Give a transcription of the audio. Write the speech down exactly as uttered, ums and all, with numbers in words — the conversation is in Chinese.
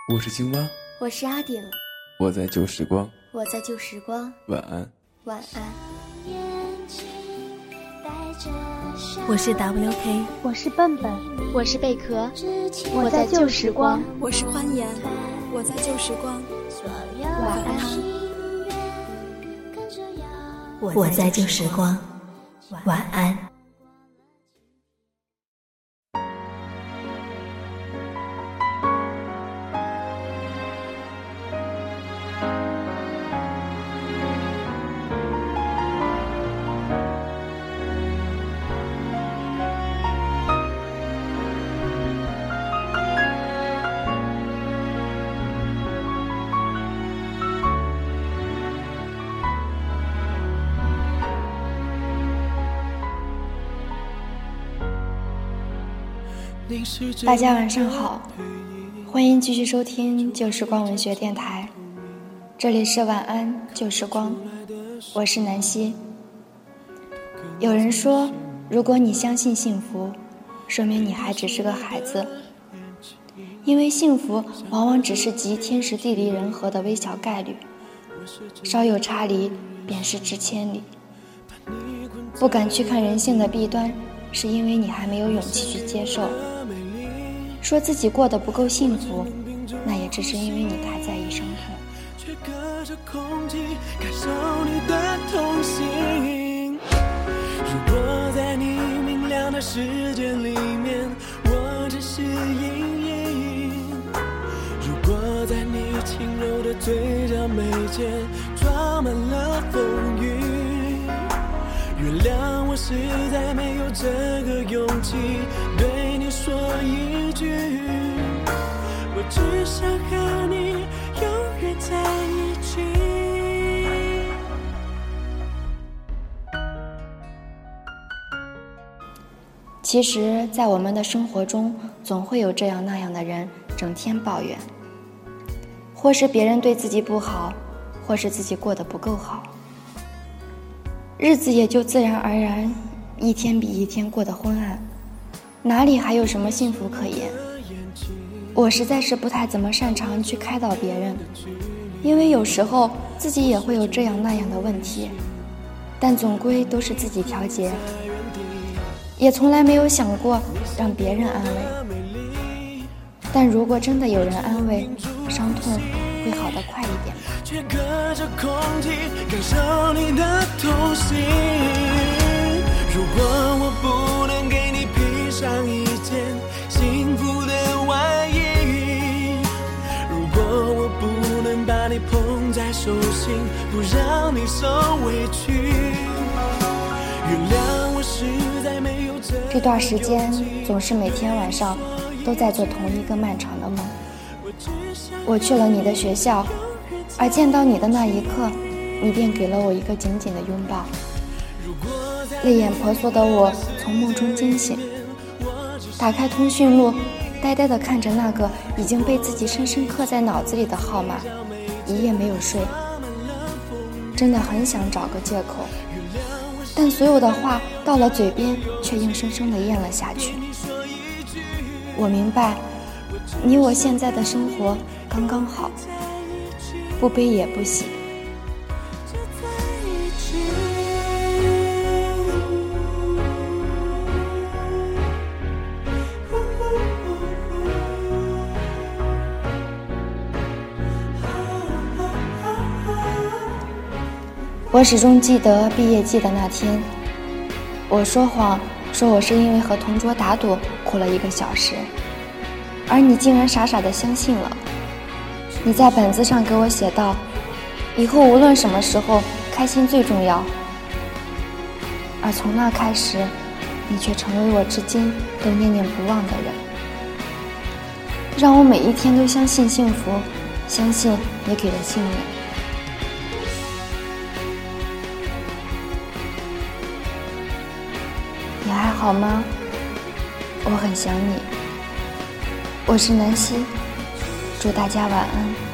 我是青蛙， 我是阿顶， 我在旧时光， 我在旧时光， 晚安， 晚安。 我是 W K， 我是笨笨， 我是贝壳， 我在旧时光， 我是欢颜，我在旧时光， 晚安。 我在旧时光，晚安。 大家晚上好，欢迎继续收听旧时光文学电台，这里是晚安旧时光，我是南希。有人说，如果你相信幸福，说明你还只是个孩子，因为幸福往往只是集天时地利人和的微小概率，稍有差离便失之千里。不敢去看人性的弊端，是因为你还没有勇气去接受。说自己过得不够幸福，那也只是因为你太在意伤痛。 却隔着空气感受你的痛心。如果在你明亮的世界里面，我只是阴影；如果在你轻柔的嘴角眉间装满了风雨，原谅我实在没有这个勇气对你说一句，我只想和你永远在一起。 其实在我们的生活中，总会有这样那样的人整天抱怨，或是别人对自己不好，或是自己过得不够好，日子也就自然而然一天比一天过得昏暗，哪里还有什么幸福可言？我实在是不太怎么擅长去开导别人，因为有时候自己也会有这样那样的问题，但总归都是自己调节，也从来没有想过让别人安慰。但如果真的有人安慰，伤痛会好得快一点吧。 却隔着空气感受你的痛心。如果我不能给你披上一件幸福的外衣，如果我不能把你捧在手心，不让你受委屈，原谅我实在没有这这段时间总是每天晚上都在做同一个漫长的梦。我去了你的学校，而见到你的那一刻，你便给了我一个紧紧的拥抱。泪眼婆娑的我从梦中惊醒，打开通讯录，呆呆地看着那个已经被自己深深刻在脑子里的号码，一夜没有睡。真的很想找个借口，但所有的话到了嘴边却硬生生地咽了下去。我明白，你我现在的生活刚刚好，不悲也不喜。我始终记得毕业季的那天，我说谎说我是因为和同桌打赌哭了一个小时，而你竟然傻傻地相信了。你在本子上给我写道，以后无论什么时候开心最重要。而从那开始，你却成为我至今都念念不忘的人，让我每一天都相信幸福，相信你给的信念。你还好吗？我很想你。我是南希，祝大家晚安。